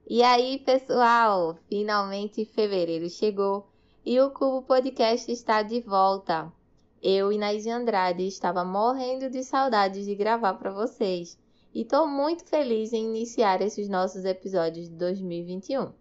E aí, pessoal, finalmente fevereiro chegou e o Cubo Podcast está de volta. Eu, Inaiz de Andrade, estava morrendo de saudades de gravar para vocês e estou muito feliz em iniciar esses nossos episódios de 2021.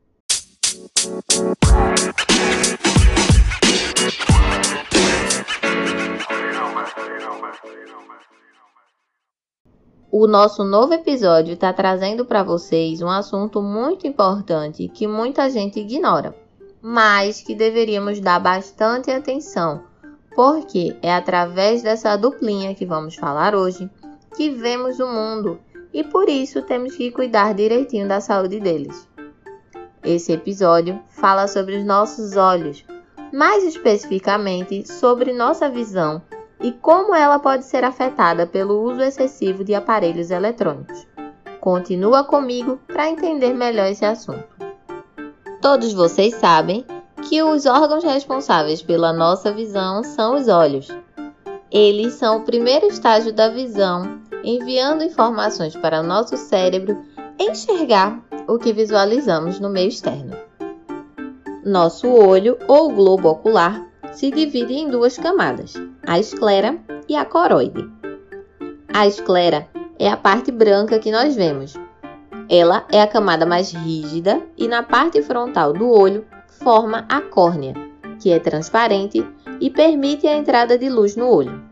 O nosso novo episódio está trazendo para vocês um assunto muito importante que muita gente ignora, mas que deveríamos dar bastante atenção, porque é através dessa duplinha que vamos falar hoje que vemos o mundo e por isso temos que cuidar direitinho da saúde deles. Esse episódio fala sobre os nossos olhos, mais especificamente sobre nossa visão e como ela pode ser afetada pelo uso excessivo de aparelhos eletrônicos. Continua comigo para entender melhor esse assunto. Todos vocês sabem que os órgãos responsáveis pela nossa visão são os olhos. Eles são o primeiro estágio da visão, enviando informações para o nosso cérebro enxergar o que visualizamos no meio externo. Nosso olho ou globo ocular se divide em duas camadas, a esclera e a coroide. A esclera é a parte branca que nós vemos. Ela é a camada mais rígida e na parte frontal do olho forma a córnea, que é transparente e permite a entrada de luz no olho.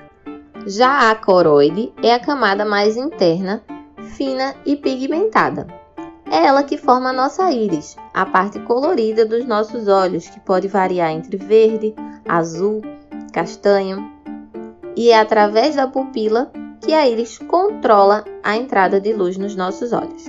Já a coroide é a camada mais interna, fina e pigmentada. É ela que forma a nossa íris, a parte colorida dos nossos olhos, que pode variar entre verde, azul, castanho. E é através da pupila que a íris controla a entrada de luz nos nossos olhos.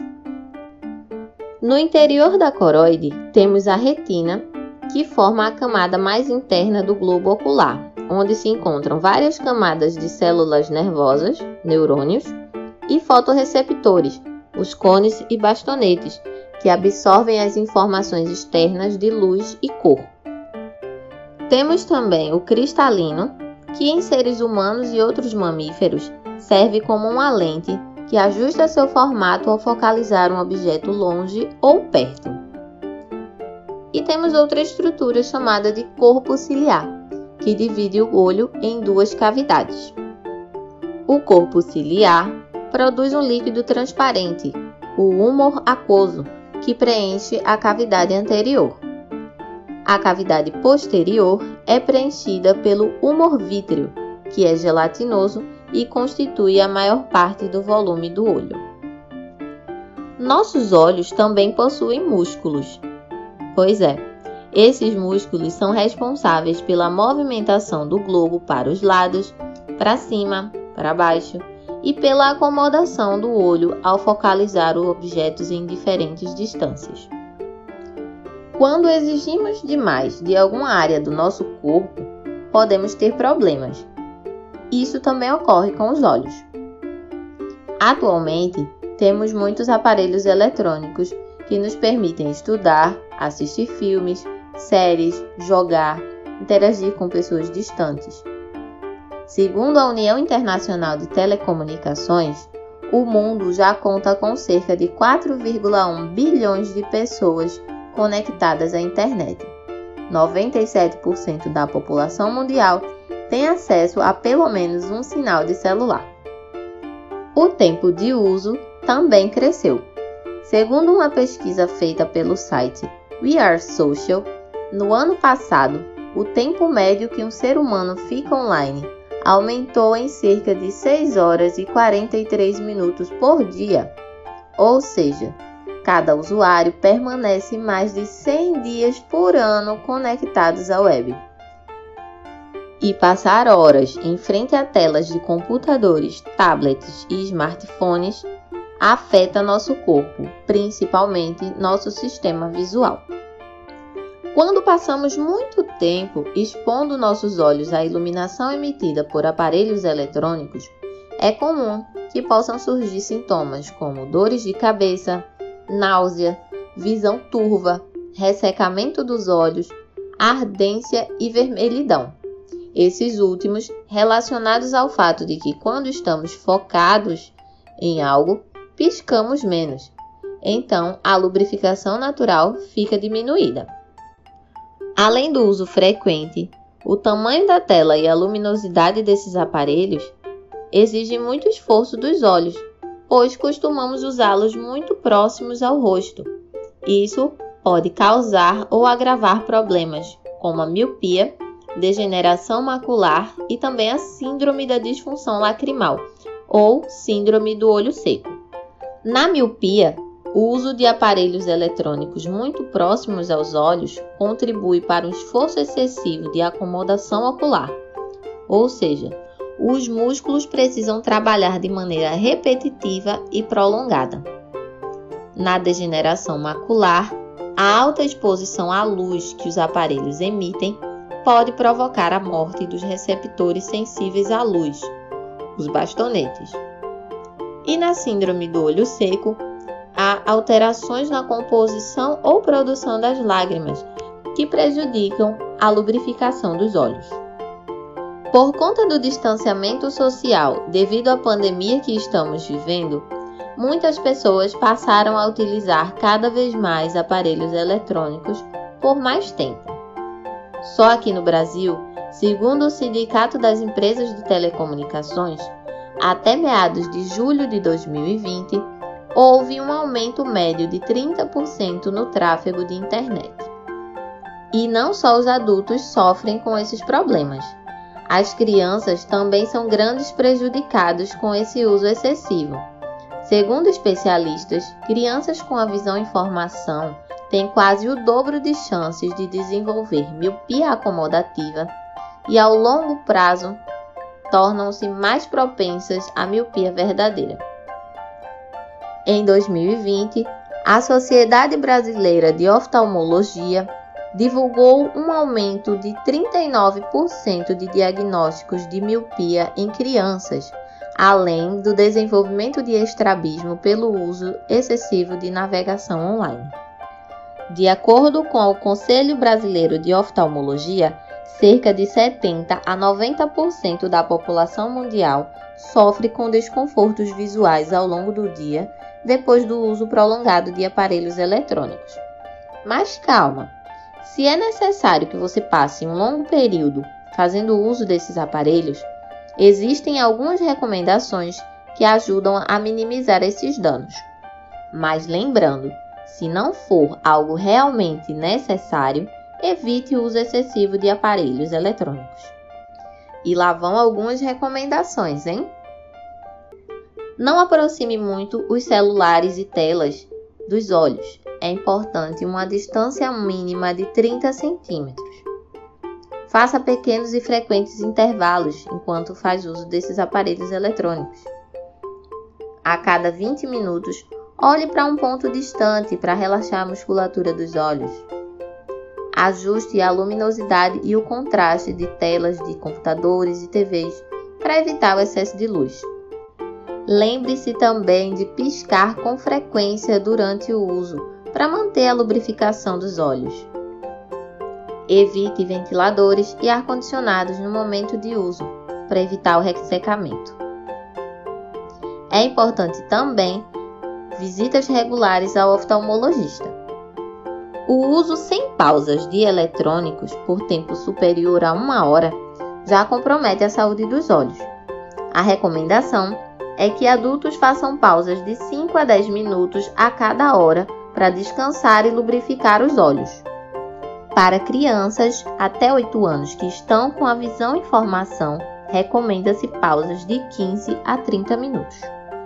No interior da coroide, temos a retina, que forma a camada mais interna do globo ocular, onde se encontram várias camadas de células nervosas, neurônios, e fotorreceptores, os cones e bastonetes, que absorvem as informações externas de luz e cor. Temos também o cristalino, que em seres humanos e outros mamíferos serve como uma lente que ajusta seu formato ao focalizar um objeto longe ou perto. E temos outra estrutura chamada de corpo ciliar, que divide o olho em duas cavidades. O corpo ciliar produz um líquido transparente, o humor aquoso, que preenche a cavidade anterior. A cavidade posterior é preenchida pelo humor vítreo, que é gelatinoso e constitui a maior parte do volume do olho. Nossos olhos também possuem músculos. Pois é, esses músculos são responsáveis pela movimentação do globo para os lados, para cima, para baixo, e pela acomodação do olho ao focalizar os objetos em diferentes distâncias. Quando exigimos demais de alguma área do nosso corpo, podemos ter problemas. Isso também ocorre com os olhos. Atualmente, temos muitos aparelhos eletrônicos que nos permitem estudar, assistir filmes, séries, jogar, interagir com pessoas distantes. Segundo a União Internacional de Telecomunicações, o mundo já conta com cerca de 4,1 bilhões de pessoas conectadas à internet. 97% da população mundial tem acesso a pelo menos um sinal de celular. O tempo de uso também cresceu. Segundo uma pesquisa feita pelo site We Are Social, no ano passado, o tempo médio que um ser humano fica online aumentou em cerca de 6 horas e 43 minutos por dia, ou seja, cada usuário permanece mais de 100 dias por ano conectados à web. E passar horas em frente a telas de computadores, tablets e smartphones afeta nosso corpo, principalmente nosso sistema visual. Quando passamos muito tempo expondo nossos olhos à iluminação emitida por aparelhos eletrônicos, é comum que possam surgir sintomas como dores de cabeça, náusea, visão turva, ressecamento dos olhos, ardência e vermelhidão. Esses últimos relacionados ao fato de que quando estamos focados em algo, piscamos menos. então a lubrificação natural fica diminuída. Além do uso frequente, o tamanho da tela e a luminosidade desses aparelhos exigem muito esforço dos olhos, pois costumamos usá-los muito próximos ao rosto. Isso pode causar ou agravar problemas como a miopia, degeneração macular e também a síndrome da disfunção lacrimal, ou síndrome do olho seco. Na miopia, o uso de aparelhos eletrônicos muito próximos aos olhos contribui para um esforço excessivo de acomodação ocular, ou seja, os músculos precisam trabalhar de maneira repetitiva e prolongada. Na degeneração macular, a alta exposição à luz que os aparelhos emitem pode provocar a morte dos receptores sensíveis à luz, os bastonetes. E na síndrome do olho seco, há alterações na composição ou produção das lágrimas, que prejudicam a lubrificação dos olhos. Por conta do distanciamento social devido à pandemia que estamos vivendo, muitas pessoas passaram a utilizar cada vez mais aparelhos eletrônicos por mais tempo. Só aqui no Brasil, segundo o Sindicato das Empresas de Telecomunicações, até meados de julho de 2020, houve um aumento médio de 30% no tráfego de internet. E não só os adultos sofrem com esses problemas. As crianças também são grandes prejudicados com esse uso excessivo. Segundo especialistas, crianças com a visão em formação têm quase o dobro de chances de desenvolver miopia acomodativa e, ao longo prazo, tornam-se mais propensas à miopia verdadeira. Em 2020, a Sociedade Brasileira de Oftalmologia divulgou um aumento de 39% de diagnósticos de miopia em crianças, além do desenvolvimento de estrabismo pelo uso excessivo de navegação online. De acordo com o Conselho Brasileiro de Oftalmologia, cerca de 70 a 90% da população mundial sofre com desconfortos visuais ao longo do dia depois do uso prolongado de aparelhos eletrônicos. Mas calma! Se é necessário que você passe um longo período fazendo uso desses aparelhos, existem algumas recomendações que ajudam a minimizar esses danos. Mas lembrando, se não for algo realmente necessário, evite o uso excessivo de aparelhos eletrônicos. E lá vão algumas recomendações, hein? Não aproxime muito os celulares e telas dos olhos. É importante uma distância mínima de 30 centímetros. Faça pequenos e frequentes intervalos enquanto faz uso desses aparelhos eletrônicos. A cada 20 minutos, olhe para um ponto distante para relaxar a musculatura dos olhos. Ajuste a luminosidade e o contraste de telas de computadores e TVs para evitar o excesso de luz. Lembre-se também de piscar com frequência durante o uso para manter a lubrificação dos olhos. Evite ventiladores e ar-condicionados no momento de uso, para evitar o ressecamento. É importante também visitas regulares ao oftalmologista. O uso sem pausas de eletrônicos por tempo superior a 1 hora já compromete a saúde dos olhos. A recomendação é que adultos façam pausas de 5 a 10 minutos a cada hora para descansar e lubrificar os olhos. Para crianças até 8 anos que estão com a visão em formação, recomenda-se pausas de 15 a 30 minutos.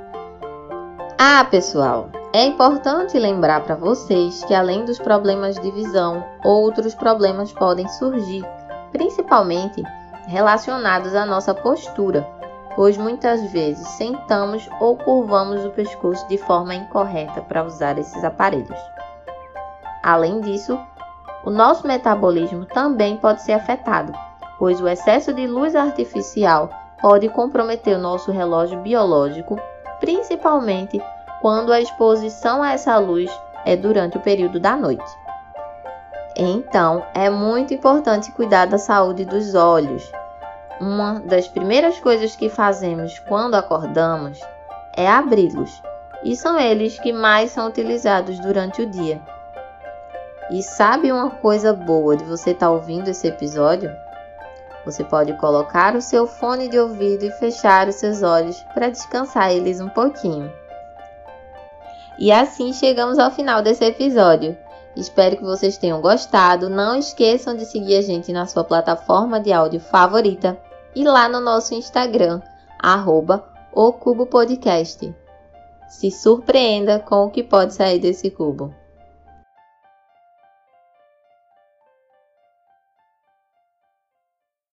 Pessoal, é importante lembrar para vocês que além dos problemas de visão, outros problemas podem surgir, principalmente relacionados à nossa postura, pois muitas vezes sentamos ou curvamos o pescoço de forma incorreta para usar esses aparelhos. Além disso, o nosso metabolismo também pode ser afetado, pois o excesso de luz artificial pode comprometer o nosso relógio biológico, principalmente quando a exposição a essa luz é durante o período da noite. Então, é muito importante cuidar da saúde dos olhos. Uma das primeiras coisas que fazemos quando acordamos é abri-los e são eles que mais são utilizados durante o dia. E sabe uma coisa boa de você estar ouvindo esse episódio? Você pode colocar o seu fone de ouvido e fechar os seus olhos para descansar eles um pouquinho. E assim chegamos ao final desse episódio. Espero que vocês tenham gostado. Não esqueçam de seguir a gente na sua plataforma de áudio favorita e lá no nosso Instagram, @ocubopodcast. Se surpreenda com o que pode sair desse cubo.